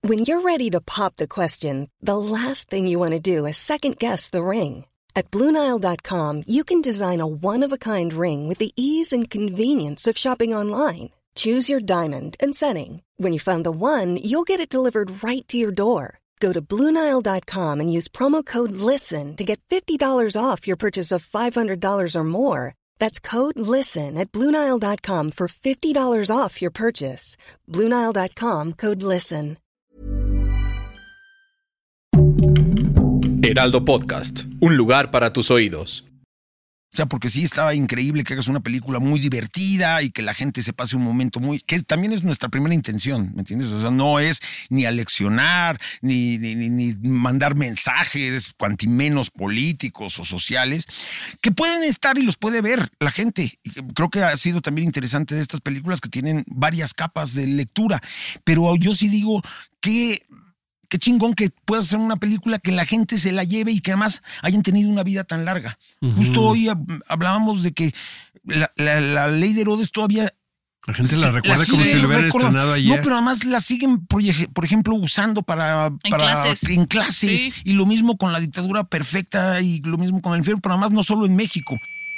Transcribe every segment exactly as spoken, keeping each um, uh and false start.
When you're ready to pop the question, the last thing you want to do is second-guess the ring. At Blue Nile dot com, you can design a one-of-a-kind ring with the ease and convenience of shopping online. Choose your diamond and setting. When you find the one, you'll get it delivered right to your door. Go to Blue Nile dot com and use promo code LISTEN to get fifty dollars off your purchase of five hundred dollars or more. That's code LISTEN at Blue Nile dot com for fifty dollars off your purchase. Blue Nile dot com, code LISTEN. Heraldo Podcast, un lugar para tus oídos. O sea, porque sí estaba increíble que hagas una película muy divertida y que la gente se pase un momento muy... que también es nuestra primera intención, ¿me entiendes? O sea, no es ni aleccionar, ni, ni, ni, ni mandar mensajes, cuanti menos políticos o sociales, que pueden estar y los puede ver la gente. Y creo que ha sido también interesante de estas películas que tienen varias capas de lectura. Pero yo sí digo que... Qué chingón que puedas hacer una película que la gente se la lleve y que además hayan tenido una vida tan larga. Uh-huh. Justo hoy hablábamos de que la, la, la ley de Herodes todavía... La gente la recuerda la como si lo hubiera estrenado ayer. No, pero además la siguen, por ejemplo, usando para... En para, clases. En clases. Sí. Y lo mismo con la dictadura perfecta y lo mismo con el infierno, pero además no solo en México.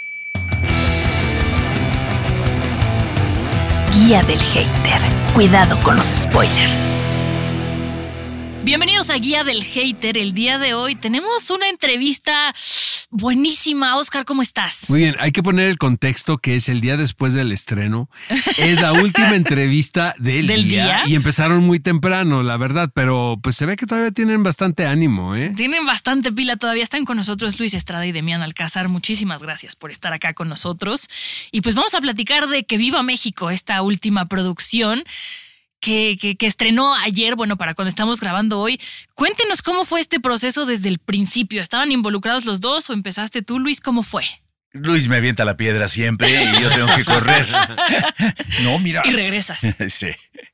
Guía del Hater. Cuidado con los spoilers. Bienvenidos a Guía del Hater. El día de hoy tenemos una entrevista buenísima. Oscar, ¿cómo estás? Muy bien, hay que poner el contexto que es el día después del estreno. Es la última entrevista del, ¿Del día, día? Y empezaron muy temprano, la verdad, pero pues se ve que todavía tienen bastante ánimo, ¿eh? Tienen bastante pila todavía. Están con nosotros Luis Estrada y Demián Alcázar. Muchísimas gracias por estar acá con nosotros. Y pues vamos a platicar de Que Viva México, esta última producción Que, que, que estrenó ayer, bueno, para cuando estamos grabando hoy. Cuéntenos cómo fue este proceso desde el principio. ¿Estaban involucrados los dos o empezaste tú, Luis? ¿Cómo fue? Luis me avienta la piedra siempre y yo tengo que correr. No, mira. Y regresas. Sí.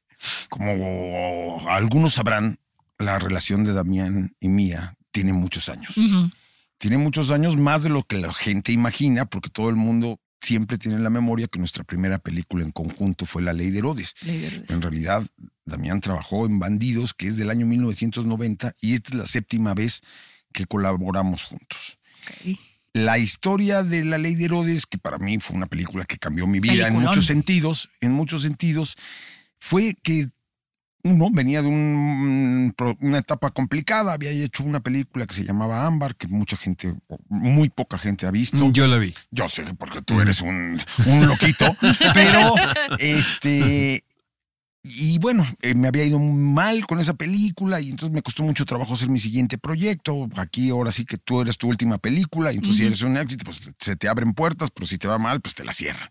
Como algunos sabrán, la relación de Damián y mía tiene muchos años. Uh-huh. Tiene muchos años, más de lo que la gente imagina, porque todo el mundo siempre tiene en la memoria que nuestra primera película en conjunto fue La Ley de Herodes. Ley de Herodes. En realidad, Damián trabajó en Bandidos, que es del año mil novecientos noventa, y esta es la séptima vez que colaboramos juntos. Okay. La historia de La Ley de Herodes, que para mí fue una película que cambió mi vida Peliculón. en muchos sentidos, en muchos sentidos, fue que uno venía de un, una etapa complicada, había hecho una película que se llamaba Ámbar, que mucha gente, muy poca gente ha visto. Yo la vi. Yo sé, porque tú eres un, un loquito, pero este... Y bueno, eh, me había ido muy mal con esa película y entonces me costó mucho trabajo hacer mi siguiente proyecto. Aquí ahora sí que tú eres tu última película y entonces uh-huh. si eres un éxito, pues se te abren puertas, pero si te va mal, pues te la cierra.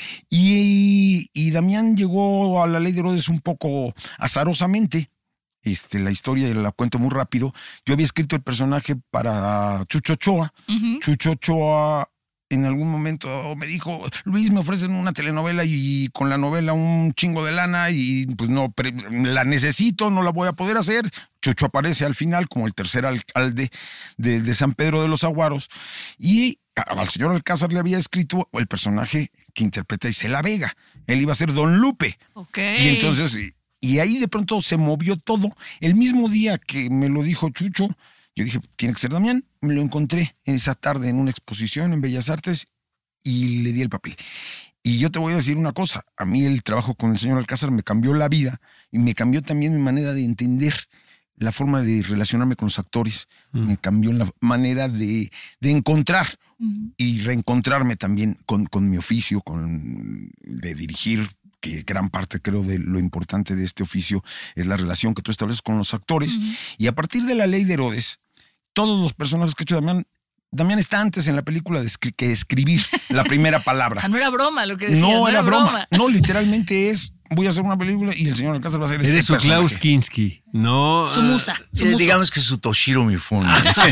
Y, y Damián llegó a La Ley de Herodes un poco azarosamente. Este, la historia la cuento muy rápido. Yo había escrito el personaje para Chucho Ochoa. Uh-huh. Chucho Ochoa en algún momento me dijo, Luis, me ofrecen una telenovela y con la novela un chingo de lana y pues no, la necesito, no la voy a poder hacer. Chucho aparece al final como el tercer alcalde de, de San Pedro de los Aguaros y al señor Alcázar le había escrito el personaje que interpreta Isela Vega. Él iba a ser Don Lupe. Okay. Y entonces, y ahí de pronto se movió todo. El mismo día que me lo dijo Chucho, yo dije, tiene que ser Damián. Me lo encontré en esa tarde en una exposición en Bellas Artes y le di el papel. Y yo te voy a decir una cosa, a mí el trabajo con el señor Alcázar me cambió la vida y me cambió también mi manera de entender la forma de relacionarme con los actores, mm. me cambió la manera de, de encontrar mm. y reencontrarme también con, con mi oficio, con, de dirigir, que gran parte creo de lo importante de este oficio es la relación que tú estableces con los actores. Uh-huh. Y a partir de La Ley de Herodes, todos los personajes que ha hecho Damián, Damián está antes en la película de escri- que escribir la primera palabra. No era broma lo que decía. No, no era, era broma. broma. No, literalmente es, voy a hacer una película y el señor Alcázar va a hacer este Eres su personaje. Klaus Kinski, no. Su musa. Su Eh, muso. digamos que su Toshiro Mifune.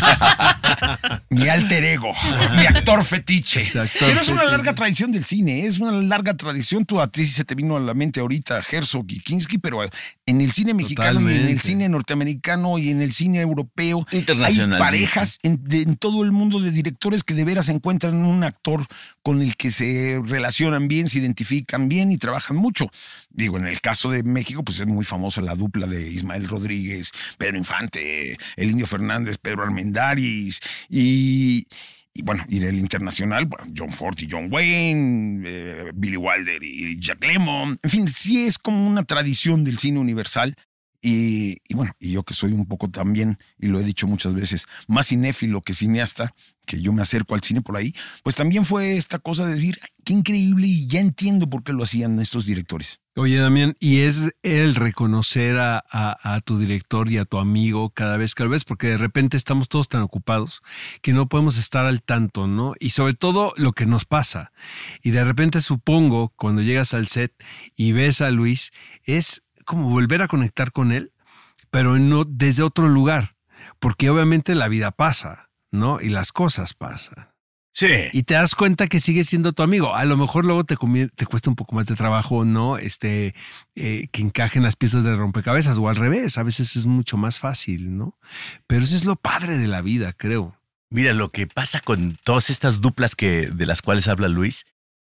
Mi alter ego, mi actor fetiche. Actor Pero es una fetiche. larga tradición del cine, es una larga tradición. Tú a ti se te vino a la mente ahorita Herzog y Kinski, pero en el cine mexicano y en el Totalmente. cine norteamericano y en el cine europeo Internacional, hay parejas en, de, en todo el mundo de directores que de veras encuentran un actor con el que se relacionan bien, se identifican bien y trabajan mucho. Digo, en el caso de México, pues es muy famosa la dupla de Ismael Miguel Rodríguez, Pedro Infante, el Indio Fernández, Pedro Armendáriz y... Y bueno, y del internacional, bueno, John Ford y John Wayne, eh, Billy Wilder y Jack Lemmon. En fin, sí es como una tradición del cine universal. Y, y bueno, y yo que soy un poco también, y lo he dicho muchas veces, más cinéfilo que cineasta, que yo me acerco al cine por ahí, pues también fue esta cosa de decir, ay, qué increíble, y ya entiendo por qué lo hacían estos directores. Oye, Damián, y es el reconocer a, a, a tu director y a tu amigo cada vez que lo ves, porque de repente estamos todos tan ocupados que no podemos estar al tanto, ¿no? Y sobre todo lo que nos pasa. Y de repente supongo, cuando llegas al set y ves a Luis, es como volver a conectar con él, pero no desde otro lugar, porque obviamente la vida pasa, ¿no? Y las cosas pasan. Sí. Y te das cuenta que sigue siendo tu amigo. A lo mejor luego te, te cuesta un poco más de trabajo, ¿no? Este, eh, que encajen las piezas de rompecabezas, o al revés, a veces es mucho más fácil, ¿no? Pero eso es lo padre de la vida, creo. Mira, lo que pasa con todas estas duplas que, de las cuales habla Luis,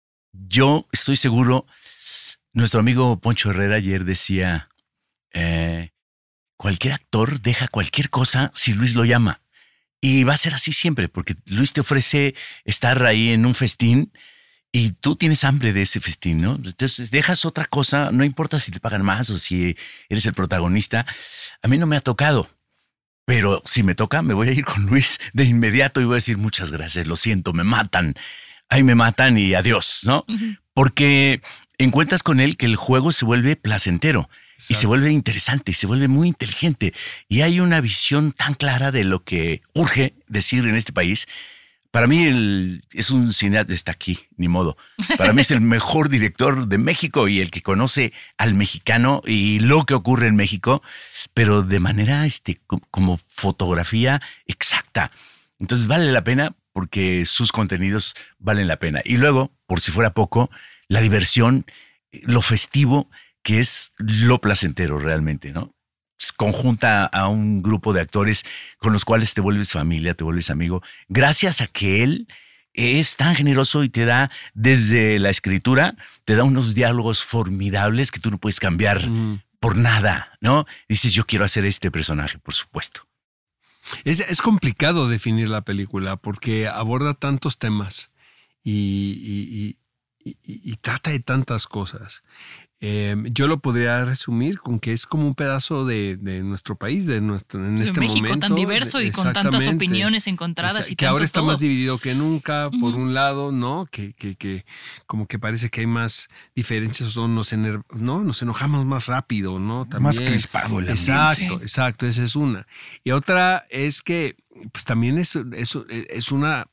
yo estoy seguro, nuestro amigo Poncho Herrera ayer decía, eh, cualquier actor deja cualquier cosa si Luis lo llama. Y va a ser así siempre, porque Luis te ofrece estar ahí en un festín y tú tienes hambre de ese festín, ¿no? Entonces dejas otra cosa, no importa si te pagan más o si eres el protagonista. A mí no me ha tocado, pero si me toca, me voy a ir con Luis de inmediato y voy a decir muchas gracias, lo siento, me matan. Ahí me matan y adiós, ¿no? Uh-huh. Porque encuentras con él que el juego se vuelve placentero. Exacto. Y se vuelve interesante, se vuelve muy inteligente. Y hay una visión tan clara de lo que urge decir en este país. Para mí el, es un cineasta, está aquí, ni modo. Para mí es el mejor director de México y el que conoce al mexicano y lo que ocurre en México, pero de manera este, como fotografía exacta. Entonces vale la pena porque sus contenidos valen la pena. Y luego, por si fuera poco, la diversión, lo festivo, que es lo placentero realmente, ¿no? Conjunta a un grupo de actores con los cuales te vuelves familia, te vuelves amigo, gracias a que él es tan generoso y te da, desde la escritura, te da unos diálogos formidables que tú no puedes cambiar mm. por nada, ¿no? Dices, yo quiero hacer este personaje, por supuesto. Es, es complicado definir la película porque aborda tantos temas y, y, y, y, y trata de tantas cosas. Eh, yo lo podría resumir con que es como un pedazo de, de nuestro país, de nuestro en de este México momento. Tan diverso y con tantas opiniones encontradas. Exacto, y que tanto ahora está todo. Más dividido que nunca, por uh-huh. un lado, ¿no? Que, que, que como que parece que hay más diferencias, o nos, ener, ¿no? nos enojamos más rápido, ¿no? También. Más crispado el ambiente. Exacto, exacto, esa es una. Y otra es que pues también es, es, es una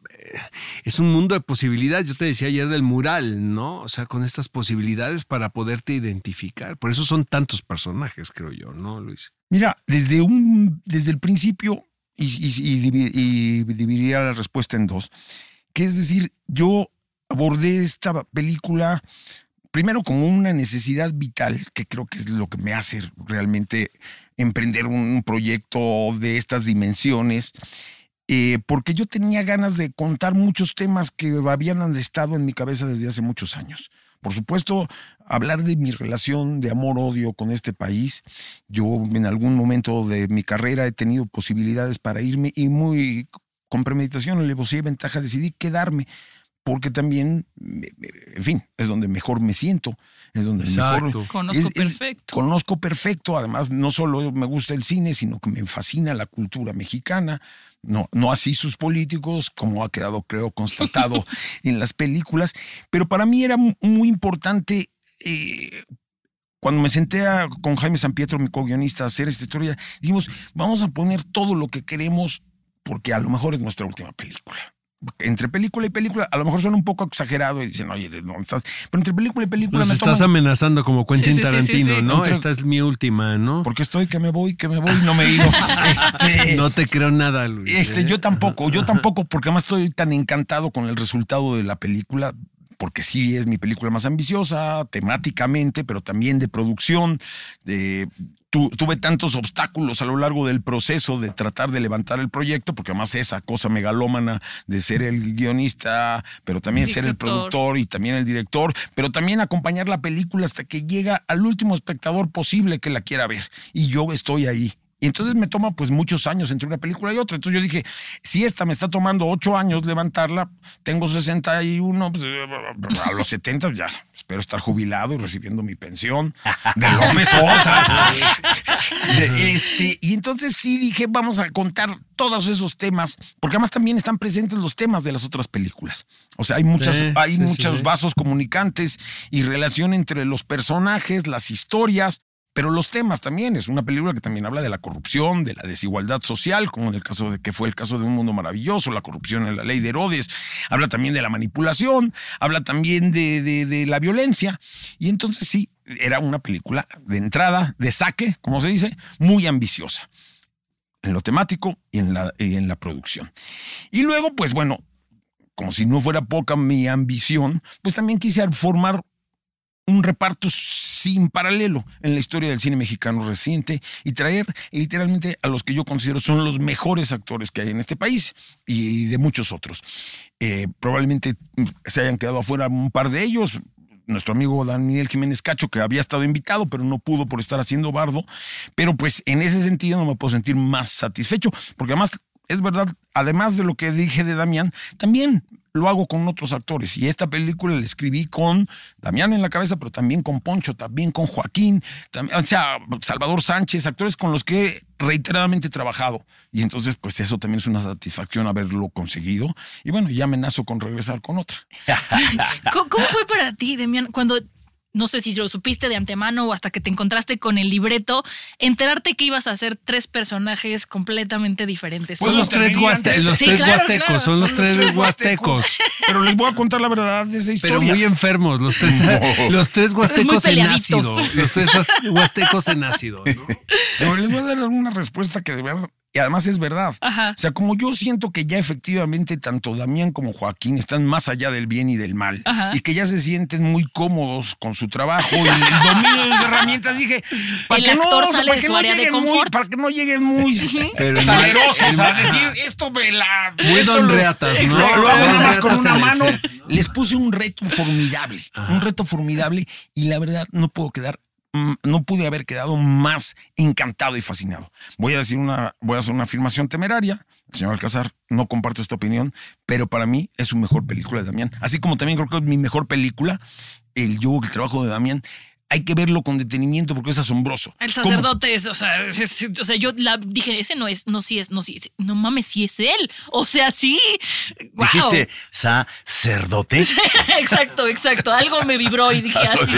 es un mundo de posibilidades. Yo te decía ayer del mural, ¿no? O sea, con estas posibilidades para poderte identificar. Por eso son tantos personajes, creo yo, ¿no, Luis? Mira, desde un desde el principio, y, y, y, y dividiría la respuesta en dos, que es decir, yo abordé esta película primero como una necesidad vital, que creo que es lo que me hace realmente emprender un proyecto de estas dimensiones, eh, porque yo tenía ganas de contar muchos temas que habían estado en mi cabeza desde hace muchos años. Por supuesto, hablar de mi relación de amor-odio con este país. Yo en algún momento de mi carrera he tenido posibilidades para irme y muy con premeditación, alevosía y ventaja decidí quedarme. Porque también, en fin, es donde mejor me siento, es donde Exacto. mejor... Conozco es, perfecto. Es, conozco perfecto, además no solo me gusta el cine, sino que me fascina la cultura mexicana, no, no así sus políticos, como ha quedado, creo, constatado en las películas, pero para mí era muy importante... Eh, Cuando me senté a, con Jaime Sampietro, mi co-guionista, a hacer esta historia, dijimos, vamos a poner todo lo que queremos, porque a lo mejor es nuestra última película. Entre película y película, a lo mejor suena un poco exagerado y dicen, oye, ¿dónde estás? Pero entre película y película Nos me estás toman... amenazando como Quentin sí, sí, Tarantino, sí, sí, sí. ¿no? Entre... Esta es mi última, ¿no? Porque estoy que me voy, que me voy, no me he ido. Este... No te creo nada, Luis. Este, ¿eh? yo tampoco, yo tampoco, porque además estoy tan encantado con el resultado de la película, porque sí es mi película más ambiciosa, temáticamente, pero también de producción, de... tu, tuve tantos obstáculos a lo largo del proceso de tratar de levantar el proyecto, porque además esa cosa megalómana de ser el guionista, pero también ser el productor y también el director, pero también acompañar la película hasta que llega al último espectador posible que la quiera ver. Y yo estoy ahí. Y entonces me toma pues muchos años entre una película y otra. Entonces yo dije, si esta me está tomando ocho años levantarla, tengo sesenta y uno, pues, a los setenta ya espero estar jubilado y recibiendo mi pensión de López otra. De, este, y entonces sí dije, vamos a contar todos esos temas, porque además también están presentes los temas de las otras películas. O sea, hay muchas, sí, hay sí, muchos sí. vasos comunicantes y relación entre los personajes, las historias. Pero los temas también, es una película que también habla de la corrupción, de la desigualdad social, como en el caso de que fue el caso de Un Mundo Maravilloso, la corrupción en la ley de Herodes, habla también de la manipulación, habla también de, de, de la violencia, y entonces sí, era una película de entrada, de saque, como se dice, muy ambiciosa, en lo temático y en la, y en la producción. Y luego, pues bueno, como si no fuera poca mi ambición, pues también quise formar un reparto sin paralelo en la historia del cine mexicano reciente y traer literalmente a los que yo considero son los mejores actores que hay en este país y de muchos otros. Eh, probablemente se hayan quedado afuera un par de ellos. Nuestro amigo Daniel Jiménez Cacho, que había estado invitado, pero no pudo por estar haciendo Bardo. Pero pues en ese sentido no me puedo sentir más satisfecho, porque además es verdad, además de lo que dije de Damián, también lo hago con otros actores. Y esta película la escribí con Damián en la cabeza, pero también con Poncho, también con Joaquín, también, o sea, Salvador Sánchez, actores con los que he reiteradamente trabajado. Y entonces, pues eso también es una satisfacción haberlo conseguido. Y bueno, ya amenazo con regresar con otra. ¿Cómo fue para ti, Damián, cuando... no sé si lo supiste de antemano o hasta que te encontraste con el libreto, enterarte que ibas a hacer tres personajes completamente diferentes? Pues los tres, huaste los sí, tres claro, huastecos, claro. son los son tres, tres huastecos. Pero les voy a contar la verdad de esa historia. Pero muy enfermos, los tres, no. los tres huastecos en ácido. Los tres huastecos en ácido, ¿no? Pero les voy a dar una respuesta que de verdad... Y además es verdad. Ajá. O sea, como yo siento que ya efectivamente tanto Damián como Joaquín están más allá del bien y del mal, ajá, y que ya se sienten muy cómodos con su trabajo y el dominio de las herramientas, dije, para que, no, para, que no lleguen muy, para que no lleguen muy salerosos a decir, esto me la... Muy don reatas, ¿no? Lo hago nada más con una mano. Les puse un reto formidable, ajá, un reto formidable y la verdad no puedo quedar no pude haber quedado más encantado y fascinado. Voy a decir una, voy a hacer una afirmación temeraria. El señor Alcázar, no comparto esta opinión, pero para mí es su mejor película de Damián. Así como también creo que es mi mejor película, el yo, el trabajo de Damián. Hay que verlo con detenimiento porque es asombroso. El sacerdote ¿Cómo? es, o sea, es, es, o sea, yo la dije, ese no es, no sí es, no sí es, no mames, sí es él. O sea, sí. Wow. ¿Dijiste sacerdote? Exacto, exacto. Algo me vibró y dije, ah, sí,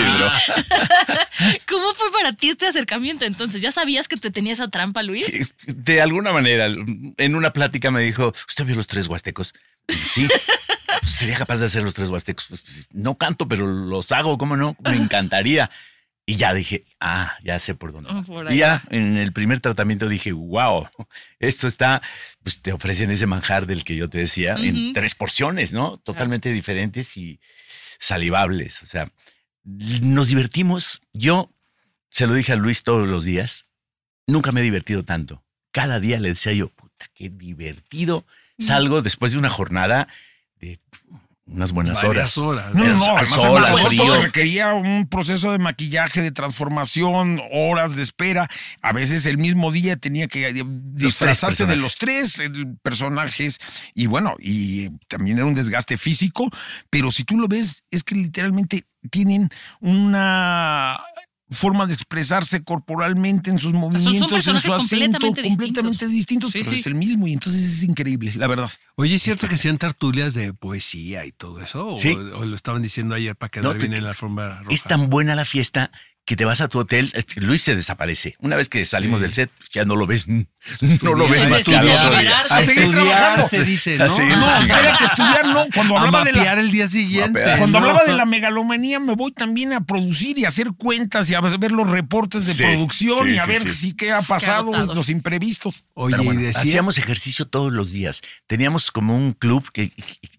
sí. ¿Cómo fue para ti este acercamiento entonces? ¿Ya sabías que te tenía esa trampa, Luis? De alguna manera, en una plática me dijo, ¿usted vio los tres huastecos? Y sí. Pues sería capaz de hacer los tres huastecos. Pues, no canto, pero los hago, ¿cómo no? Me encantaría. Y ya dije, ah, ya sé por dónde. Oh, por y ya en el primer tratamiento dije, wow, esto está, pues te ofrecen ese manjar del que yo te decía, uh-huh, en tres porciones, ¿no? Totalmente claro, diferentes y salivables. O sea, nos divertimos. Yo se lo dije a Luis todos los días, nunca me he divertido tanto. Cada día le decía yo, puta, qué divertido. Salgo después de una jornada de unas buenas horas. horas. No, no, no, al sol, al frío. Requería un proceso de maquillaje, de transformación, horas de espera. A veces el mismo día tenía que disfrazarse de los tres personajes. Y bueno, y también era un desgaste físico. Pero si tú lo ves, es que literalmente tienen una forma de expresarse corporalmente en sus movimientos, son, son en su acento, completamente, completamente distintos, distintos sí, pero sí, es el mismo y entonces es increíble, la verdad. Oye, ¿es cierto que hacían tertulias de poesía y todo eso? ¿Sí? ¿O, o lo estaban diciendo ayer para quedar no, bien te, en la alfombra roja? Es tan buena la fiesta que te vas a tu hotel, Luis se desaparece. Una vez que salimos sí. del set, ya no lo ves, no estudiar, lo ves más que al otro día. A estudiar se dice, ¿no? Seguir, no, espérate, estudiar no. Cuando hablaba a mapear de la, el día siguiente. Mapear, cuando no. hablaba de la megalomanía, me voy también a producir y a hacer cuentas y a ver los reportes de sí, producción sí, y a sí, ver sí. si qué ha pasado, qué los imprevistos. Oye, bueno, decía, hacíamos ejercicio todos los días. Teníamos como un club que...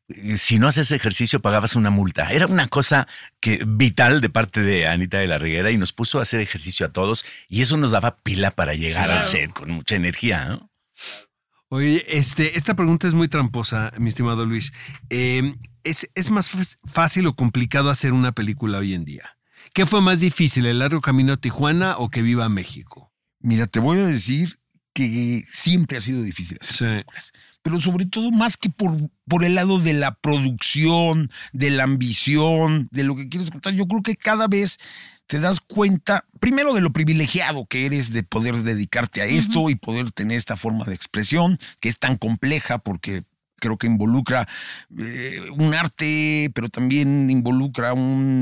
si no haces ejercicio pagabas una multa. Era una cosa que, vital de parte de Anita de la Reguera y nos puso a hacer ejercicio a todos y eso nos daba pila para llegar Claro. al set con mucha energía, ¿no? Oye, este, esta pregunta es muy tramposa, mi estimado Luis. Eh, ¿es, ¿Es más f- fácil o complicado hacer una película hoy en día? ¿Qué fue más difícil, el largo camino a Tijuana o que viva México? Mira, te voy a decir que siempre ha sido difícil hacer Sí. películas, pero sobre todo más que por, por el lado de la producción, de la ambición, de lo que quieres contar. Yo creo que cada vez te das cuenta, primero, de lo privilegiado que eres de poder dedicarte a esto uh-huh. y poder tener esta forma de expresión que es tan compleja porque creo que involucra eh, un arte, pero también involucra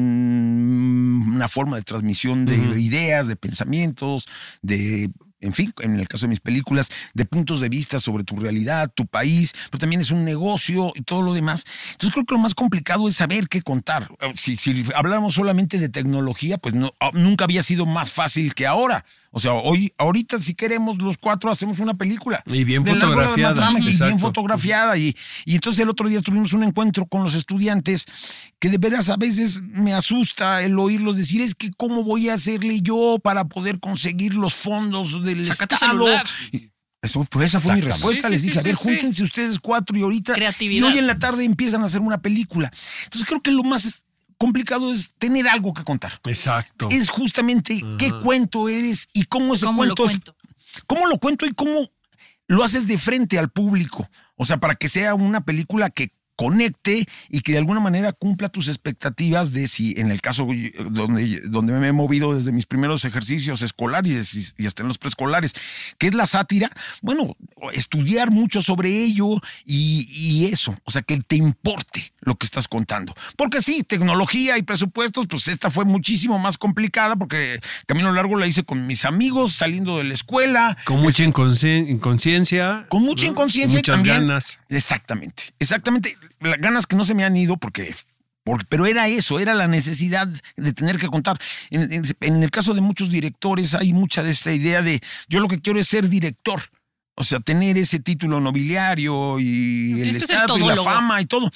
un, una forma de transmisión de uh-huh. ideas, de pensamientos, de... En fin, en el caso de mis películas, de puntos de vista sobre tu realidad, tu país, pero también es un negocio y todo lo demás. Entonces creo que lo más complicado es saber qué contar. Si, si habláramos solamente de tecnología, pues no, nunca había sido más fácil que ahora. O sea, hoy, ahorita si queremos los cuatro hacemos una película. Y bien fotografiada. Y bien fotografiada. Y, y entonces el otro día tuvimos un encuentro con los estudiantes que de veras a veces me asusta el oírlos decir, es que cómo voy a hacerle yo para poder conseguir los fondos del Saca tu Estado. celular. Eso, pues esa fue mi respuesta. Sí, Les sí, dije, sí, a ver, sí, júntense sí. ustedes cuatro y ahorita. Creatividad. Y hoy en la tarde empiezan a hacer una película. Entonces creo que lo más complicado es tener algo que contar. Exacto. Es justamente uh-huh. qué cuento eres y cómo ese ¿Cómo cuento lo es. cuento? ¿Cómo lo cuento y cómo lo haces de frente al público? O sea, para que sea una película que conecte y que de alguna manera cumpla tus expectativas de si, en el caso donde, donde me he movido desde mis primeros ejercicios escolares y hasta en los preescolares, que es la sátira, bueno, estudiar mucho sobre ello y, y eso, o sea, que te importe lo que estás contando. Porque sí, tecnología y presupuestos, pues esta fue muchísimo más complicada porque Camino Largo la hice con mis amigos saliendo de la escuela. Con mucha inconscien- inconsciencia. Con mucha ¿no? inconsciencia. Muchas también, ganas. Exactamente, exactamente. Las ganas que no se me han ido porque... Porque, pero era eso, era la necesidad de tener que contar. En, en, en el caso de muchos directores hay mucha de esta idea de yo lo que quiero es ser director. O sea, tener ese título nobiliario y el estatus y la fama y todo.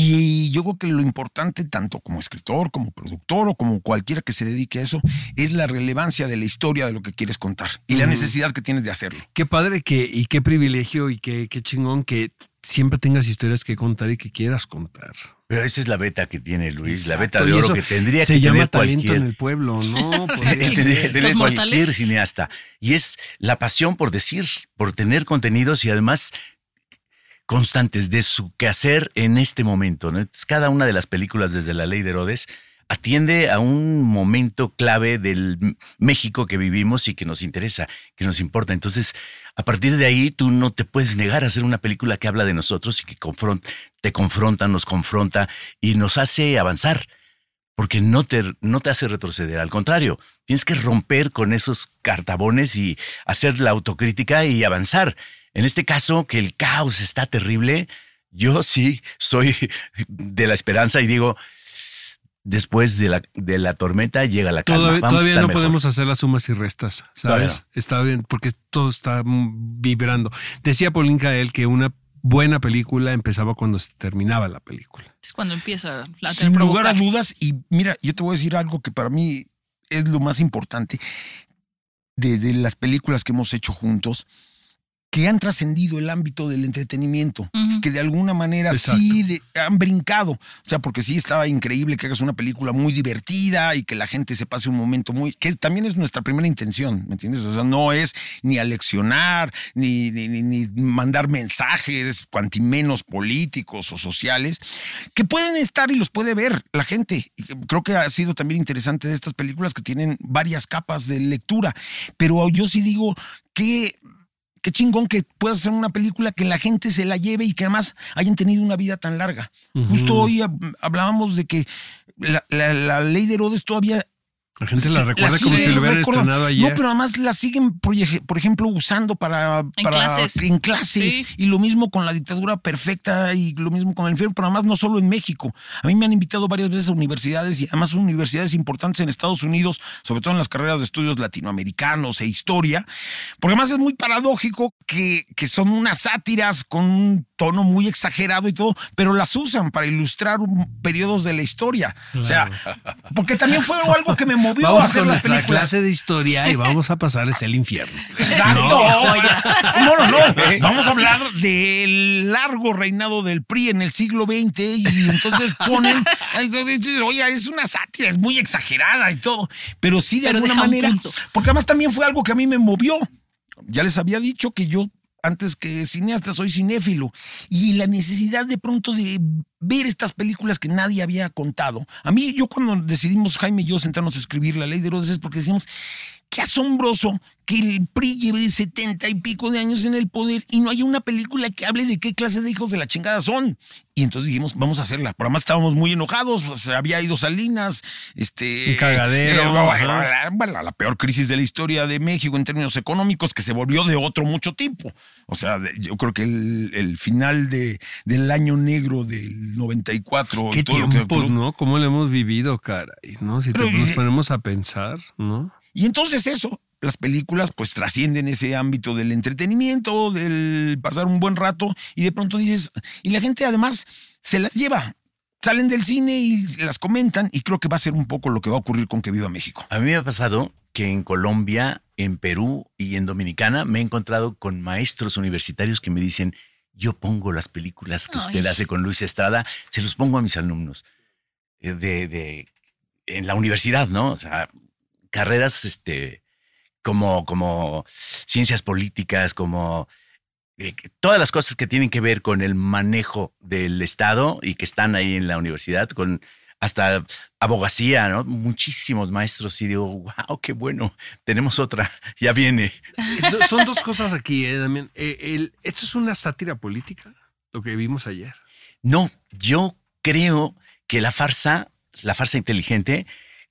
Y yo creo que lo importante, tanto como escritor, como productor o como cualquiera que se dedique a eso, es la relevancia de la historia de lo que quieres contar y mm. la necesidad que tienes de hacerlo. Qué padre que, y qué privilegio y qué, qué chingón que siempre tengas historias que contar y que quieras contar. Pero esa es la beta que tiene Luis, Exacto. la beta de oro que tendría se que llama tener talento cualquier... en el pueblo, ¿no? tendría que tener cualquier cineasta. Y es la pasión por decir, por tener contenidos y además constantes de su quehacer en este momento, ¿no? Entonces, cada una de las películas desde La Ley de Herodes atiende a un momento clave del México que vivimos y que nos interesa, que nos importa. Entonces, a partir de ahí, tú no te puedes negar a hacer una película que habla de nosotros y que confronta, te confronta, nos confronta y nos hace avanzar, porque no te, no te hace retroceder. Al contrario, tienes que romper con esos cartabones y hacer la autocrítica y avanzar. En este caso, que el caos está terrible, yo sí soy de la esperanza y digo... Después de la, de la tormenta llega la calma. Todavía, Vamos todavía a estar no mejor. podemos hacer las sumas y restas, ¿sabes? No. Está bien, porque todo está vibrando. Decía Pauline Kael que una buena película empezaba cuando se terminaba la película. Es cuando empieza la Sin lugar a dudas, y mira, yo te voy a decir algo que para mí es lo más importante de, de las películas que hemos hecho juntos, que han trascendido el ámbito del entretenimiento, uh-huh. que de alguna manera Exacto. sí de, han brincado. O sea, porque sí estaba increíble que hagas una película muy divertida y que la gente se pase un momento muy... que también es nuestra primera intención, ¿me entiendes? O sea, no es ni aleccionar, ni, ni, ni, ni mandar mensajes, cuanti menos políticos o sociales, que pueden estar y los puede ver la gente. Y creo que ha sido también interesante de estas películas que tienen varias capas de lectura. Pero yo sí digo que... Qué chingón que puedas hacer una película que la gente se la lleve y que además hayan tenido una vida tan larga. Uh-huh. Justo hoy hablábamos de que la, la, la Ley de Herodes todavía... La gente la recuerda la como si lo hubieran estrenado ayer. No, pero además la siguen, por ejemplo, usando para... En para, clases. En clases. Sí. Y lo mismo con La Dictadura Perfecta y lo mismo con El Infierno, pero además no solo en México. A mí me han invitado varias veces a universidades y además universidades importantes en Estados Unidos, sobre todo en las carreras de estudios latinoamericanos e historia, porque además es muy paradójico que, que son unas sátiras con un tono muy exagerado y todo, pero las usan para ilustrar un, periodos de la historia. Claro. O sea, porque también fue algo que me movió vamos a hacer con las nuestra películas. clase de historia y vamos a pasarles el infierno. Exacto. No, no, no, no. Vamos a hablar del largo reinado del P R I en el siglo veinte y entonces ponen, oye, es una sátira, es muy exagerada y todo, pero sí de pero alguna manera, porque además también fue algo que a mí me movió. Ya les había dicho que yo antes que cineasta soy cinéfilo y la necesidad de pronto de ver estas películas que nadie había contado. A mí, yo cuando decidimos Jaime y yo sentarnos a escribir La Ley de Herodes es porque decíamos, qué asombroso que el P R I lleve setenta y pico de años en el poder y no haya una película que hable de qué clase de hijos de la chingada son. Y entonces dijimos, vamos a hacerla. Pero además estábamos muy enojados, pues, había ido Salinas, este... Un cagadero. Eh, bueno, la peor crisis de la historia de México en términos económicos que se volvió de otro mucho tiempo. O sea, de, yo creo que el, el final de, del año negro del noventa y cuatro... Qué todo tiempos, lo que, ¿no? ¿Cómo lo hemos vivido, caray? ¿No? Si te, Pero, nos eh, ponemos a pensar, ¿no? Y entonces eso, las películas pues trascienden ese ámbito del entretenimiento, del pasar un buen rato y de pronto dices, y la gente además se las lleva, salen del cine y las comentan y creo que va a ser un poco lo que va a ocurrir con Que Viva México. A mí me ha pasado que en Colombia, en Perú y en Dominicana me he encontrado con maestros universitarios que me dicen, yo pongo las películas que usted Ay. hace con Luis Estrada, se los pongo a mis alumnos eh, de, de en la universidad, ¿no? O sea, carreras este, como, como ciencias políticas, como eh, todas las cosas que tienen que ver con el manejo del Estado y que están ahí en la universidad, con hasta abogacía, ¿no? Muchísimos maestros y digo, wow, qué bueno, tenemos otra, ya viene. Son dos cosas aquí, ¿eh, Damián? Eh, el, ¿Esto es una sátira política? Lo que vimos ayer. No, yo creo que la farsa, la farsa inteligente,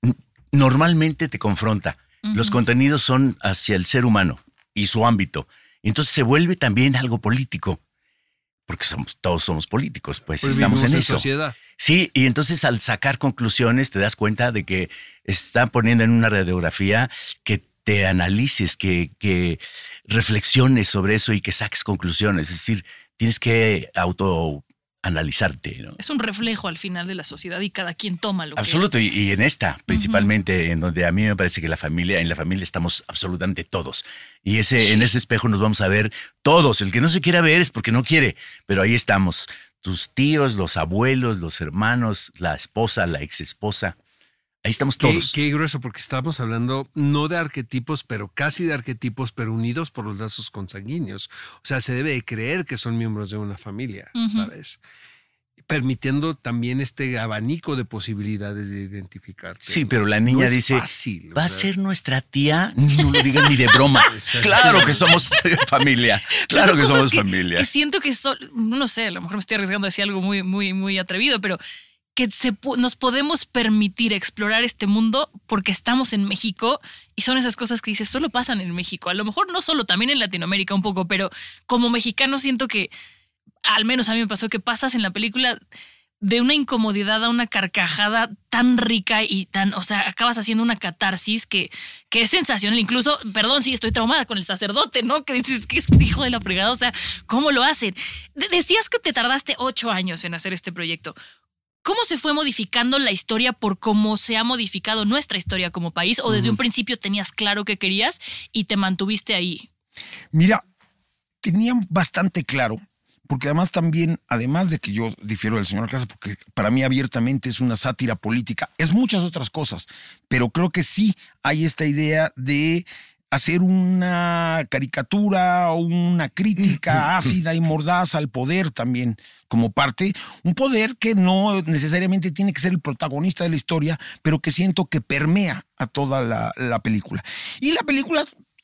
normalmente te confronta. Uh-huh. Los contenidos son hacia el ser humano y su ámbito. Y entonces se vuelve también algo político. Porque somos, todos somos políticos, pues, pues estamos en, en eso. Sociedad. Sí, y entonces al sacar conclusiones te das cuenta de que están poniendo en una radiografía que te analices, que, que reflexiones sobre eso y que saques conclusiones. Es decir, tienes que auto analizarte, ¿no? Es un reflejo al final de la sociedad y cada quien toma lo Absoluto, que... y, y en esta, principalmente, uh-huh. en donde a mí me parece que la familia, en la familia estamos absolutamente todos. Y ese, sí. en ese espejo nos vamos a ver todos. El que no se quiera ver es porque no quiere, pero ahí estamos. Tus tíos, los abuelos, los hermanos, la esposa, la exesposa. Ahí estamos todos. Qué, qué grueso, porque estamos hablando no de arquetipos, pero casi de arquetipos, pero unidos por los lazos consanguíneos. O sea, se debe de creer que son miembros de una familia, uh-huh. ¿sabes? Permitiendo también este abanico de posibilidades de identificarte. Sí, pero la niña no dice, fácil, ¿va a ser nuestra tía? No lo digan ni de broma. Claro que somos familia. Claro que somos que, familia. Que siento que, so, no sé, a lo mejor me estoy arriesgando a decir algo muy, muy, muy atrevido, pero que se, nos podemos permitir explorar este mundo porque estamos en México y son esas cosas que dices, solo pasan en México. A lo mejor no solo, también en Latinoamérica un poco, pero como mexicano siento que, al menos a mí me pasó, que pasas en la película de una incomodidad a una carcajada tan rica y tan, o sea, acabas haciendo una catarsis que, que es sensacional. Incluso, perdón, sí, estoy traumada con el sacerdote, ¿no? Que dices que es hijo de la fregada, o sea, ¿cómo lo hacen? De- decías que te tardaste ocho años en hacer este proyecto. ¿Cómo se fue modificando la historia por cómo se ha modificado nuestra historia como país? ¿O desde mm. un principio tenías claro que querías y te mantuviste ahí? Mira, tenía bastante claro, porque además también, además de que yo difiero del señor Alcázar, porque para mí abiertamente es una sátira política, es muchas otras cosas, pero creo que sí hay esta idea de hacer una caricatura o una crítica ácida y mordaz al poder también como parte, un poder que no necesariamente tiene que ser el protagonista de la historia, pero que siento que permea a toda la, la película. Y la película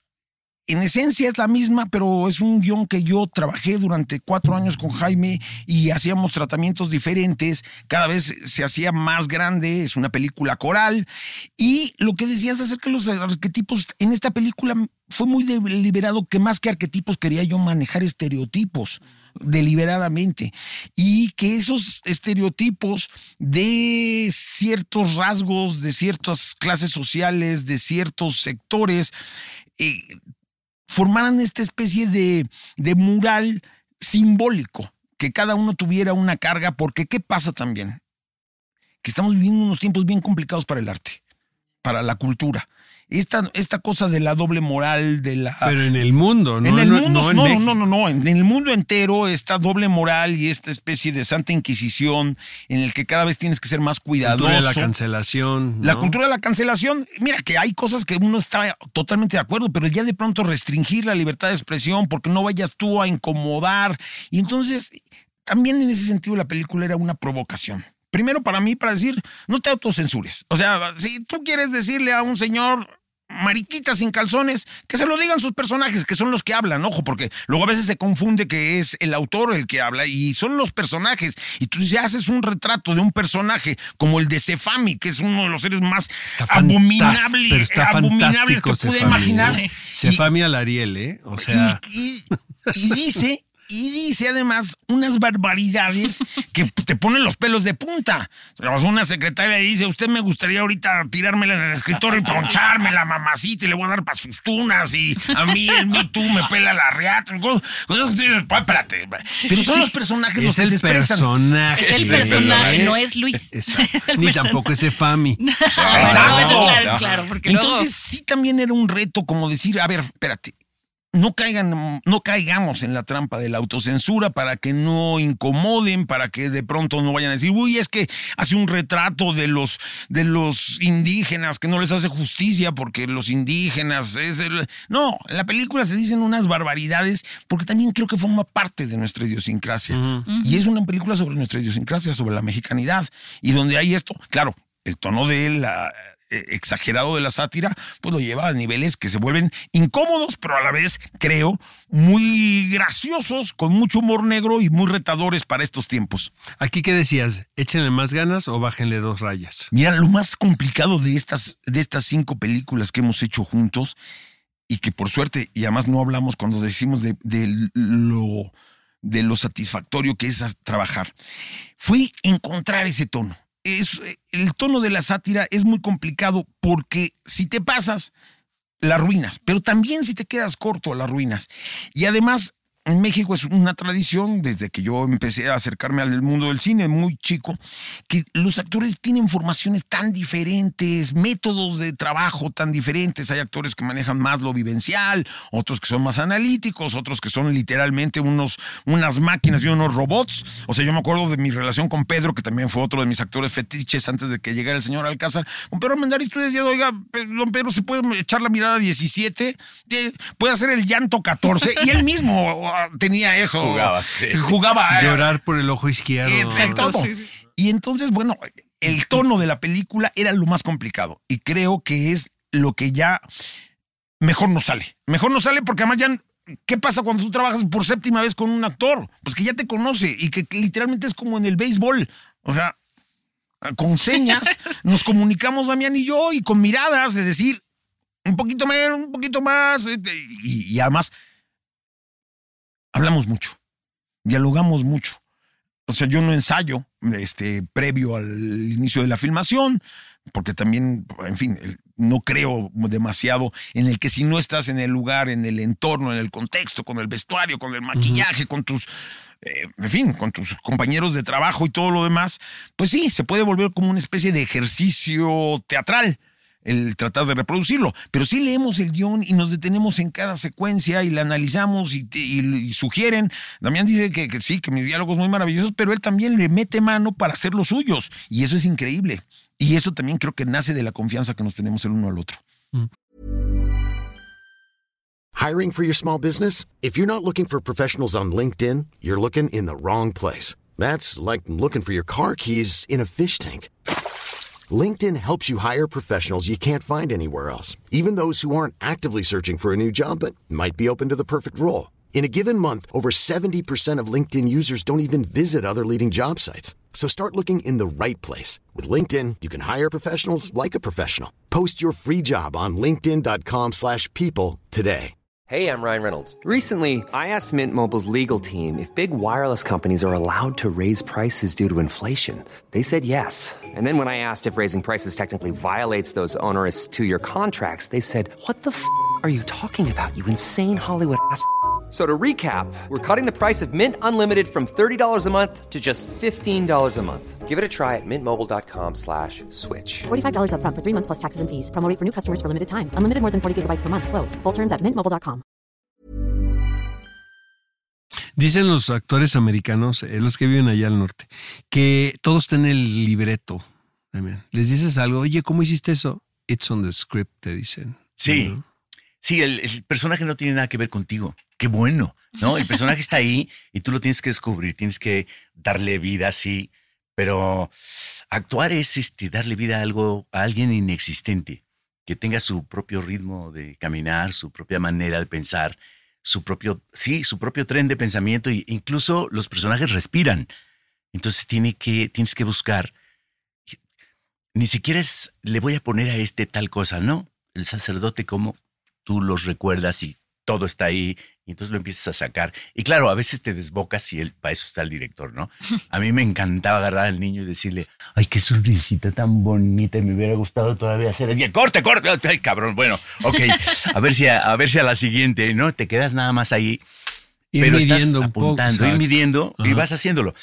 en esencia es la misma, pero es un guión que yo trabajé durante cuatro años con Jaime y hacíamos tratamientos diferentes, cada vez se hacía más grande, es una película coral. Y lo que decías acerca de los arquetipos, en esta película fue muy deliberado que más que arquetipos quería yo manejar estereotipos deliberadamente y que esos estereotipos de ciertos rasgos, de ciertas clases sociales, de ciertos sectores, eh, formaran esta especie de, de mural simbólico que cada uno tuviera una carga, porque ¿qué pasa también? Que estamos viviendo unos tiempos bien complicados para el arte, para la cultura. Esta, esta cosa de la doble moral, de la... Pero en el mundo, ¿no? En el no, mundo, no, en no, México. no, no, no, en el mundo entero, esta doble moral y esta especie de santa inquisición en el que cada vez tienes que ser más cuidadoso. La cultura de la cancelación. ¿no? La cultura de la cancelación, mira que hay cosas que uno está totalmente de acuerdo, pero ya de pronto restringir la libertad de expresión porque no vayas tú a incomodar. Y entonces, también en ese sentido la película era una provocación. Primero para mí, para decir, no te autocensures. O sea, si tú quieres decirle a un señor mariquita sin calzones, que se lo digan sus personajes, que son los que hablan, ojo, porque luego a veces se confunde que es el autor el que habla y son los personajes. Y tú si haces un retrato de un personaje como el de Cefami, que es uno de los seres más abominables, pero está abominables que fantástico pude Cefami, imaginar. ¿eh? Cefami al Ariel, ¿eh? O sea... Y, y, y dice... Y dice además unas barbaridades que te ponen los pelos de punta. O sea, una secretaria dice, usted me gustaría ahorita tirármela en el escritorio y ponchármela, mamacita, y le voy a dar para sus tunas, y a mí el Me Too me pela la reata. Cosas que tú dices, espérate. Pero son los personajes es los que el se expresan. personaje. Es el Sí, personaje, ¿eh? no es Luis. Exacto. El Ni personaje. tampoco es Cefami. Ah, bueno, eso es claro, es claro. Porque Entonces luego... sí también era un reto como decir, a ver, espérate. No caigan, no caigamos en la trampa de la autocensura para que no incomoden, para que de pronto no vayan a decir, uy, es que hace un retrato de los, de los indígenas que no les hace justicia porque los indígenas es el... No, en la película se dicen unas barbaridades porque también creo que forma parte de nuestra idiosincrasia. Uh-huh. Y es una película sobre nuestra idiosincrasia, sobre la mexicanidad. Y donde hay esto, claro, el tono de la... exagerado de la sátira, pues lo lleva a niveles que se vuelven incómodos, pero a la vez, creo, muy graciosos, con mucho humor negro y muy retadores para estos tiempos. ¿Aquí qué decías? ¿Échenle más ganas o bájenle dos rayas? Mira, lo más complicado de estas, de estas cinco películas que hemos hecho juntos y que por suerte, y además no hablamos cuando decimos de, de lo, de lo satisfactorio que es trabajar, fue encontrar ese tono. Es, el tono de la sátira es muy complicado porque si te pasas, la arruinas, pero también si te quedas corto, la arruinas. Y además, en México es una tradición, desde que yo empecé a acercarme al mundo del cine, muy chico, que los actores tienen formaciones tan diferentes, métodos de trabajo tan diferentes. Hay actores que manejan más lo vivencial, otros que son más analíticos, otros que son literalmente unos, unas máquinas y unos robots. O sea, yo me acuerdo de mi relación con Pedro, que también fue otro de mis actores fetiches antes de que llegara el señor Alcázar. Con Pedro Armendáriz, tú decías, oiga, don Pedro, ¿se puede echar la mirada diecisiete? ¿Puede hacer el llanto catorce? Y él mismo tenía eso. Jugaba, sí. Jugaba. Llorar por el ojo izquierdo. Exacto. Sí, sí. Y entonces, bueno, el tono de la película era lo más complicado. Y creo que es lo que ya mejor nos sale. Mejor nos sale porque además ya... ¿Qué pasa cuando tú trabajas por séptima vez con un actor? Pues que ya te conoce y que literalmente es como en el béisbol. O sea, con señas nos comunicamos Damián y yo y con miradas de decir un poquito menos, un poquito más. Y, y además... hablamos mucho, dialogamos mucho. O sea, yo no ensayo este, previo al inicio de la filmación, porque también, en fin, no creo demasiado en el que si no estás en el lugar, en el entorno, en el contexto, con el vestuario, con el maquillaje, uh-huh. con tus, eh, en fin, con tus compañeros de trabajo y todo lo demás, pues sí, se puede volver como una especie de ejercicio teatral el tratar de reproducirlo, pero sí leemos el guión y nos detenemos en cada secuencia y la analizamos y, y, y sugieren. Damián dice que, que sí, que mis diálogos muy maravillosos, pero él también le mete mano para hacer los suyos y eso es increíble. Y eso también creo que nace de la confianza que nos tenemos el uno al otro. Mm. Hiring for your small business? If you're not looking for professionals on LinkedIn, you're looking in the wrong place. That's like looking for your car keys in a fish tank. LinkedIn helps you hire professionals you can't find anywhere else, even those who aren't actively searching for a new job but might be open to the perfect role. In a given month, over seventy percent of LinkedIn users don't even visit other leading job sites. So start looking in the right place. With LinkedIn, you can hire professionals like a professional. Post your free job on linkedin.com slash people today. Hey, I'm Ryan Reynolds. Recently, I asked Mint Mobile's legal team if big wireless companies are allowed to raise prices due to inflation. They said yes. And then when I asked if raising prices technically violates those onerous two-year contracts, they said, what the f*** are you talking about, you insane Hollywood ass f- So to recap, we're cutting the price of Mint Unlimited from thirty dollars a month to just fifteen dollars a month. Give it a try at mintmobile.com slash switch. forty-five dollars up front for three months plus taxes and fees. Promo rate for new customers for limited time. Unlimited more than forty gigabytes per month. Slows full terms at mint mobile dot com. Dicen los actores americanos, eh, los que viven allá al norte, que todos tienen el libreto. También. Les dices algo, oye, ¿cómo hiciste eso? It's on the script, te dicen. Sí. ¿No? Sí, el, el personaje no tiene nada que ver contigo. Qué bueno, ¿no? El personaje está ahí y tú lo tienes que descubrir, tienes que darle vida, sí, pero actuar es este, darle vida a algo, a alguien inexistente, que tenga su propio ritmo de caminar, su propia manera de pensar, su propio, sí, su propio tren de pensamiento, e incluso los personajes respiran. Entonces tiene que, tienes que buscar. Ni siquiera es, le voy a poner a este tal cosa, ¿no? El sacerdote, como tú los recuerdas y todo está ahí, y entonces lo empiezas a sacar. Y claro, a veces te desbocas y él, para eso está el director, ¿no? A mí me encantaba agarrar al niño y decirle, ay, qué sonrisita tan bonita, y me hubiera gustado todavía hacer el... ¡Corte, corte! ¡Ay, cabrón! Bueno, ok, a ver si a, a ver si a la siguiente, ¿no? Te quedas nada más ahí, Ir pero midiendo estás un apuntando, poco, ir midiendo Ajá. y vas haciéndolo.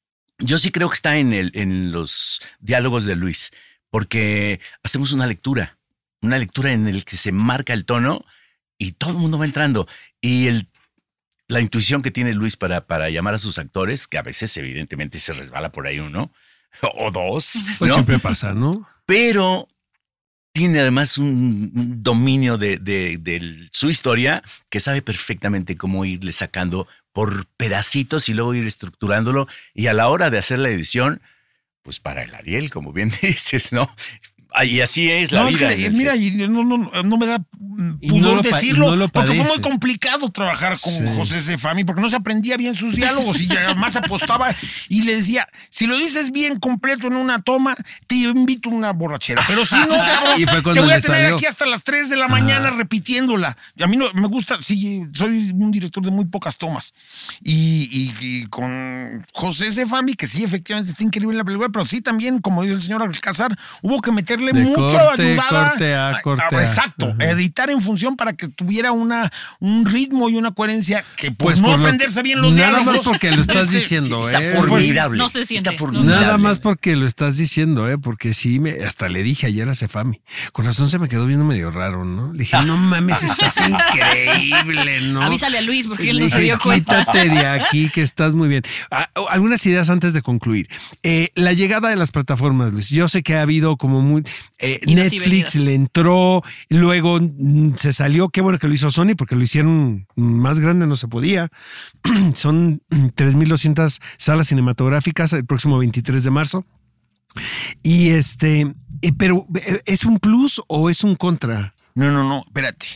Yo sí creo que está en, el, en los diálogos de Luis, porque hacemos una lectura, una lectura en el que se marca el tono y todo el mundo va entrando. Y el, la intuición que tiene Luis para, para llamar a sus actores, que a veces evidentemente se resbala por ahí uno o dos, Pues ¿no? siempre pasa, ¿no? Pero tiene además un, un dominio de, de, de su historia que sabe perfectamente cómo irle sacando por pedacitos y luego ir estructurándolo. Y a la hora de hacer la edición, pues para el Ariel, como bien dices, ¿no? Y así es la no, vida. es que, mira, y no, no, no me da Y pudor no lo pa- decirlo, y no lo porque fue padece. muy complicado trabajar con Sí. José Sefami, porque no se aprendía bien sus diálogos y además apostaba y le decía, si lo dices bien completo en una toma, te invito a una borrachera. Pero si no, cabrón, Y fue cuando te voy a le tener salió. aquí hasta las tres de la mañana repitiéndola. Y a mí no me gusta, sí, soy un director de muy pocas tomas. Y, y- y con José Sefami, que sí, efectivamente está increíble en la película, pero sí también, como dice el señor Alcázar, hubo que meterle De mucho corte, ayudada. corte A, Ah, corte ah, A. Exacto, Ajá. editar en función para que tuviera una, un ritmo y una coherencia que por Pues no por lo aprenderse que- bien los nada diálogos. más porque lo estás este, diciendo, Está ¿eh? formidable. No se siente. Está formidable. Nada más porque lo estás diciendo, ¿eh? Porque sí, me, hasta le dije ayer a Sefami. Con razón se me quedó viendo medio raro, ¿no? Le dije, no mames, estás increíble, ¿no? Avísale a Luis porque él Le no se dije, dio cuenta. quítate de aquí que estás muy bien. Ah, algunas ideas antes de concluir. Eh, la llegada de las plataformas, Luis. Yo sé que ha habido como muy... eh, Idas y Netflix venidas. le entró, luego mm, se salió. Qué bueno que lo hizo Sony porque lo hicieron más grande, no se podía. Son tres mil doscientas salas cinematográficas el próximo veintitrés de marzo. Y este, eh, pero ¿es un plus o es un contra? No, no, no, espérate.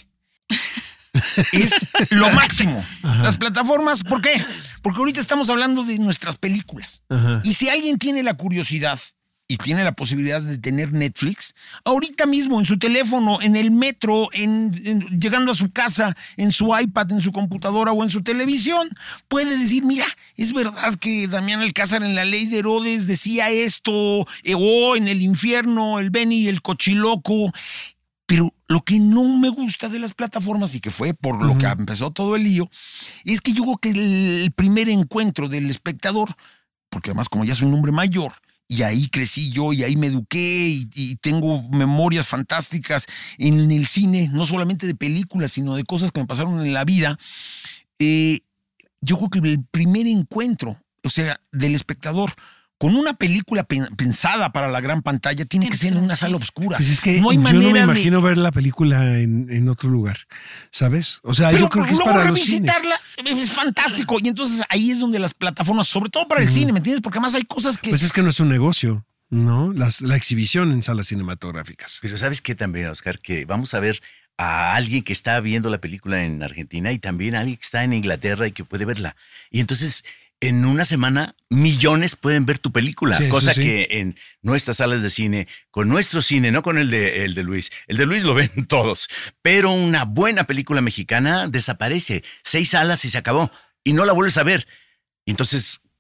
Es lo máximo. Las plataformas, ¿por qué? Porque ahorita estamos hablando de nuestras películas. Ajá. Y si alguien tiene la curiosidad y tiene la posibilidad de tener Netflix, ahorita mismo en su teléfono, en el metro, en, en- llegando a su casa, en su iPad, en su computadora o en su televisión, puede decir, mira, es verdad que Damián Alcázar en La Ley de Herodes decía esto, eh, o en El Infierno, el Benny y el Cochiloco. Pero lo que no me gusta de las plataformas y que fue por lo que empezó todo el lío, es que yo creo que el, el primer encuentro del espectador, porque además como ya soy un hombre mayor, y ahí crecí yo y ahí me eduqué y, y tengo memorias fantásticas en el cine, no solamente de películas, sino de cosas que me pasaron en la vida, eh, yo creo que el primer encuentro, o sea, del espectador con una película pen- pensada para la gran pantalla, tiene que ser en una sala oscura. Pues es que no hay yo manera no me de- imagino ver la película en, en otro lugar, ¿sabes? O sea, Pero yo creo que es luego para los cines. revisitarla es fantástico. Y entonces ahí es donde las plataformas, sobre todo para el cine, ¿me entiendes? Porque además hay cosas que... Pues es que no es un negocio, ¿no? Las, la exhibición en salas cinematográficas. Pero ¿sabes qué también, Oscar? Que vamos a ver a alguien que está viendo la película en Argentina y también a alguien que está en Inglaterra y que puede verla. Y entonces, en una semana, millones pueden ver tu película. Sí, eso cosa sí. que en nuestras salas de cine, con nuestro cine, no con el de, el de Luis. El de Luis lo ven todos. Pero una buena película mexicana desaparece. Seis salas y se acabó. Y no la vuelves a ver. Y entonces,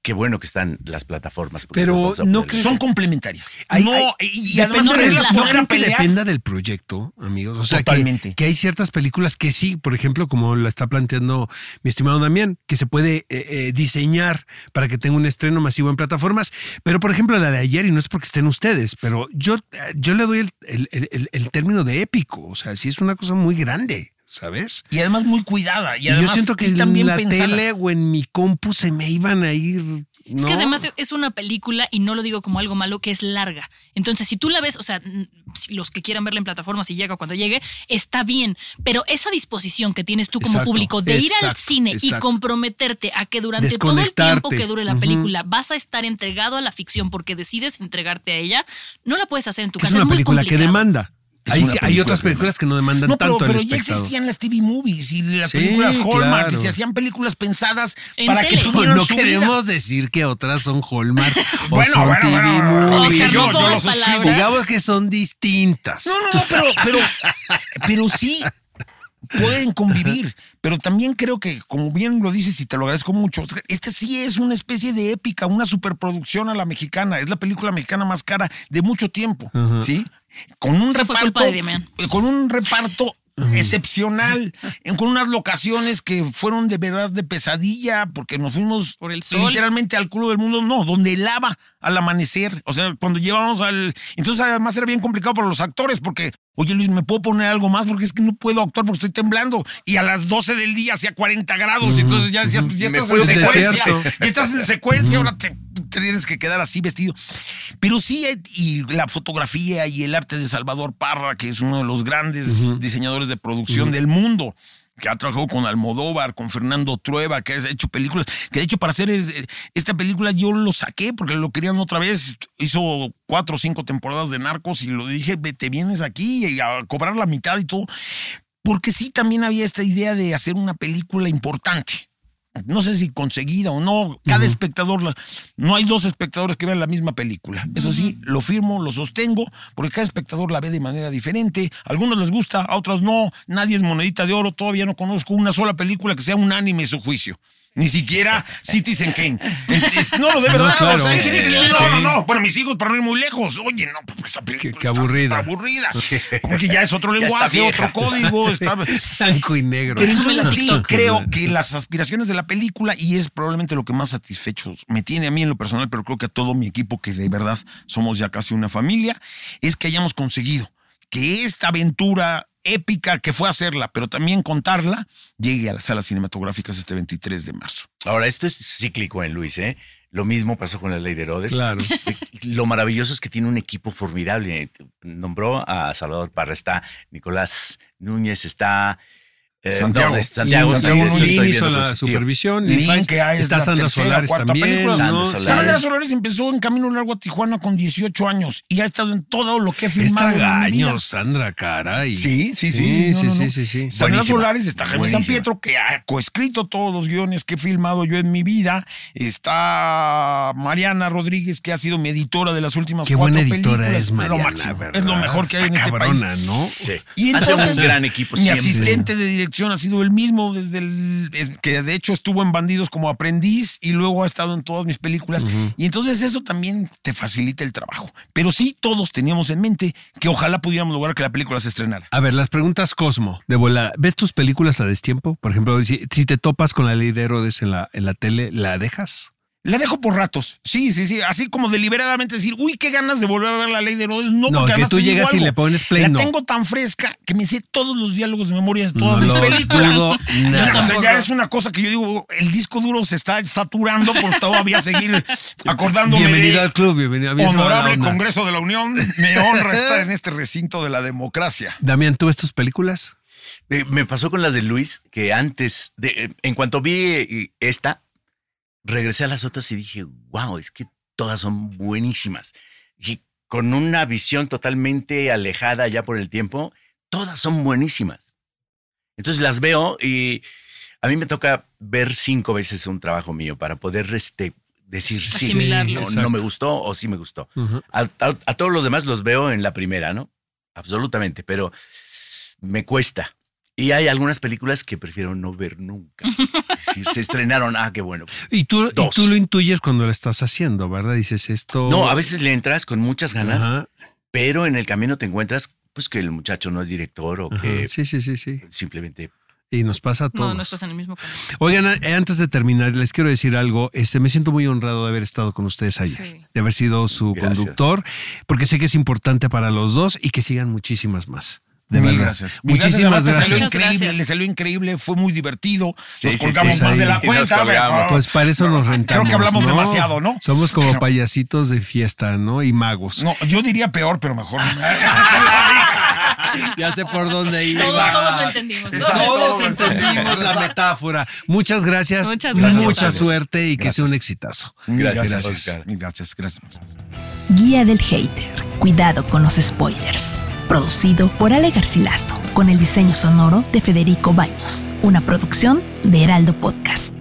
qué bueno que están las plataformas. Pero no crees... Son complementarias. Hay, no, hay, y, y además además no, no, no no creen que pelear. dependa del proyecto, amigos. O sea, Totalmente. Que, que hay ciertas películas que sí, por ejemplo, como lo está planteando mi estimado Damián, que se puede eh, eh, diseñar para que tenga un estreno masivo en plataformas. Pero, por ejemplo, la de ayer, y no es porque estén ustedes, pero yo, yo le doy el, el, el, el término de épico. O sea, sí es una cosa muy grande, ¿sabes? Y además muy cuidada. Y, Y además yo siento que sí en también la pensada. tele o en mi compu se me iban a ir... Es ¿no? que además es una película, y no lo digo como algo malo, que es larga. Entonces, si tú la ves, o sea, si los que quieran verla en plataformas y llega cuando llegue, está bien. Pero esa disposición que tienes tú como Exacto, público de ir exacto, al cine y exacto. comprometerte a que durante todo el Desconectarte. tiempo que dure la Ujú. película vas a estar entregado a la ficción porque decides entregarte a ella, no la puedes hacer en tu Que es casa. una Es muy película que complicado. demanda. Es Hay, una hay película otras que películas que no demandan No, pero, tanto pero al ya espectador. existían las T V movies y las Sí, películas Hallmark, claro. y se hacían películas pensadas En para tele. que No, tuvieran no su queremos vida. decir que otras son Hallmark o Bueno, son bueno, T V bueno, bueno, movies. Oscar, yo, no yo pongas lo suscribo. palabras. Digamos que son distintas. No, no, no, pero, pero, pero sí pueden convivir. Pero también creo que, como bien lo dices y te lo agradezco mucho, esta sí es una especie de épica, una superproducción a la mexicana. Es la película mexicana más cara de mucho tiempo, Ajá. ¿sí? Con un Eso fue reparto, culpa de Demian. con un reparto excepcional, en- con unas locaciones que fueron de verdad de pesadilla, porque nos fuimos Por el sol. literalmente al culo del mundo, no, donde lava al amanecer, o sea, cuando llevábamos al... Entonces además era bien complicado para los actores, porque, oye Luis, ¿me puedo poner algo más? Porque es que no puedo actuar porque estoy temblando, y a las doce del día hacía cuarenta grados, y entonces ya decía, pues ya Me estás fue en un secuencia, desierto. ya estás en secuencia, ahora te, te tienes que quedar así vestido. Pero sí, eh, y la fotografía y el arte de Salvador Parra, que es uno de los grandes diseñadores de producción del mundo, que ha trabajado con Almodóvar, con Fernando Trueba, que ha hecho películas, que de hecho para hacer es- esta película yo lo saqué porque lo querían otra vez, hizo cuatro o cinco temporadas de Narcos y lo dije, "Ve, te vienes aquí y a cobrar la mitad y todo", porque sí también había esta idea de hacer una película importante. No sé si conseguida o no, cada espectador, la- no hay dos espectadores que vean la misma película. Eso sí, lo firmo, lo sostengo, porque cada espectador la ve de manera diferente. A algunos les gusta, a otros no. Nadie es monedita de oro. Todavía no conozco una sola película que sea unánime en su juicio. Ni siquiera Citizen Kane. Es- No, de verdad. No, claro. O sea, hay gente que dice, Sí. no, no, no. Bueno, mis hijos, para no ir muy lejos. Oye, no, pues esa película Qué- qué está- aburrida. está aburrida. Porque ya es otro Ya está lenguaje, vieja. otro código. Está... Blanco y negro. Pero Súbela entonces a sí, TikTok. creo que las aspiraciones de la película, y es probablemente lo que más satisfecho me tiene a mí en lo personal, pero creo que a todo mi equipo, que de verdad somos ya casi una familia, es que hayamos conseguido que esta aventura épica que fue hacerla, pero también contarla, llegue a las salas cinematográficas este veintitrés de marzo. Ahora, esto es cíclico en Luis, ¿eh? Lo mismo pasó con La Ley de Herodes. Claro. Lo maravilloso es que tiene un equipo formidable. Nombró a Salvador Parra, está Nicolás Núñez, está... eh, Santiago. no, Santiago, Y sí, Santiago estoy Lin viendo, hizo la pues, tío. supervisión. Lin, y Faiz. que es está la Sandra tercera, Solares cuarta también. película. Sandra ¿no? Solares. Sandra Solares empezó en Camino Largo a Tijuana con dieciocho años y ha estado en todo lo que he Es filmado en mi vida. tragaños, Sandra, caray. Sí, sí, sí. Sí, no, sí, no, sí, no. sí, sí. Sandra Buenísima. Solares, está Jaime San Buenísima. Pietro, que ha coescrito todos los guiones que he filmado yo en mi vida. Está Mariana Rodríguez, que ha sido mi editora de las últimas Qué cuatro buena editora películas. es Mariana, lo máximo. ¿verdad? Es lo mejor que hay en Está este cabrona, país. ¿no? Sí. Y Hace entonces, un gran equipo mi siempre. asistente de dirección ha sido el mismo desde el... es- que de hecho estuvo en Bandidos como aprendiz y luego ha estado en todas mis películas. Y entonces eso también te facilita el trabajo. Pero sí todos teníamos en mente que ojalá pudiéramos lograr que la película se estrenara. A ver, las preguntas Cosmo, de volada. ¿Ves tus películas a destiempo? Por ejemplo, si, si te topas con La Ley de Herodes en la, en la tele, ¿la dejas? La dejo por ratos. Sí, sí, sí. Así como deliberadamente decir, uy, qué ganas de volver a ver La Ley de Herodes. No, No, porque que además tú te digo llegas y algo, le pones play, La no. tengo tan fresca que me sé todos los diálogos de memoria de todas No mis lo películas. dudo nada. O sea, ya es una cosa que yo digo, el disco duro se está saturando por todavía seguir acordándome Bienvenido de al club, bienvenido. A mí eso me da Honorable onda. Congreso de la Unión. Me honra estar en este recinto de la democracia. Damián, ¿tú ves tus películas? Eh, Me pasó con las de Luis, que antes, de, eh, en cuanto vi eh, esta, regresé a las otras y dije, wow, es que todas son buenísimas. Y con una visión totalmente alejada ya por el tiempo, todas son buenísimas. Entonces las veo y a mí me toca ver cinco veces un trabajo mío para poder este, decir sí, Asimilarlo. no, Exacto. no me gustó o sí me gustó. Ujú. A, a- a todos los demás los veo en la primera, ¿no? Absolutamente, pero me cuesta. Y hay algunas películas que prefiero no ver nunca. Si se estrenaron, ah, qué bueno. Y tú, y Dos. tú lo intuyes cuando lo estás haciendo, ¿verdad? Dices esto. No, a veces le entras con muchas ganas, Ajá, pero en el camino te encuentras pues que el muchacho no es director o ajá. que Sí, sí, sí, sí. simplemente... Y nos pasa a todos. No, no estás en el mismo camino. Oigan, eh, antes de terminar, les quiero decir algo. Este, me siento muy honrado de haber estado con ustedes ayer, Sí. de haber sido su Gracias. conductor, porque sé que es importante para los dos y que sigan muchísimas más. De Mil verdad. gracias. Mil Muchísimas gracias. gracias. Le salió Muchas increíble, gracias. le salió increíble, fue muy divertido. Sí, nos sí, colgamos sí, más sí. de la Y nos cuenta. colgamos. Pues para eso nos rentamos. Creo que hablamos ¿no? demasiado, ¿no? Somos como Bueno. payasitos de fiesta, ¿no? Y magos. No, yo diría peor, pero mejor. Ya sé por dónde ir. Todos, todos lo entendimos. Exacto. todos. Todos entendimos la metáfora. Muchas gracias. Muchas gracias. Mucha Gracias. suerte y que Gracias. sea un exitazo. Mil Gracias, gracias. Oscar. Mil gracias, gracias. Guía del Hater. Cuidado con los spoilers. Producido por Ale Garcilaso, con el diseño sonoro de Federico Baños. Una producción de Heraldo Podcast.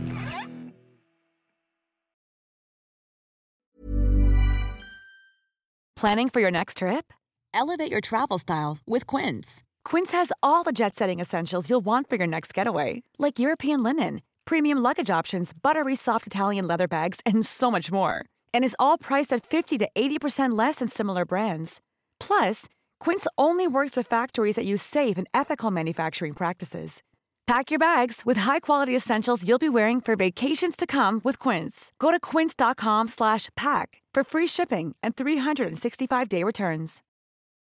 Planning for your next trip? Elevate your travel style with Quince. Quince has all the jet-setting essentials you'll want for your next getaway, like European linen, premium luggage options, buttery soft Italian leather bags, and so much more. And is all priced at fifty to eighty percent less than similar brands. Plus, Quince only works with factories that use safe and ethical manufacturing practices. Pack your bags with high-quality essentials you'll be wearing for vacations to come with Quince. Go to quince.com slash pack for free shipping and three sixty-five day returns.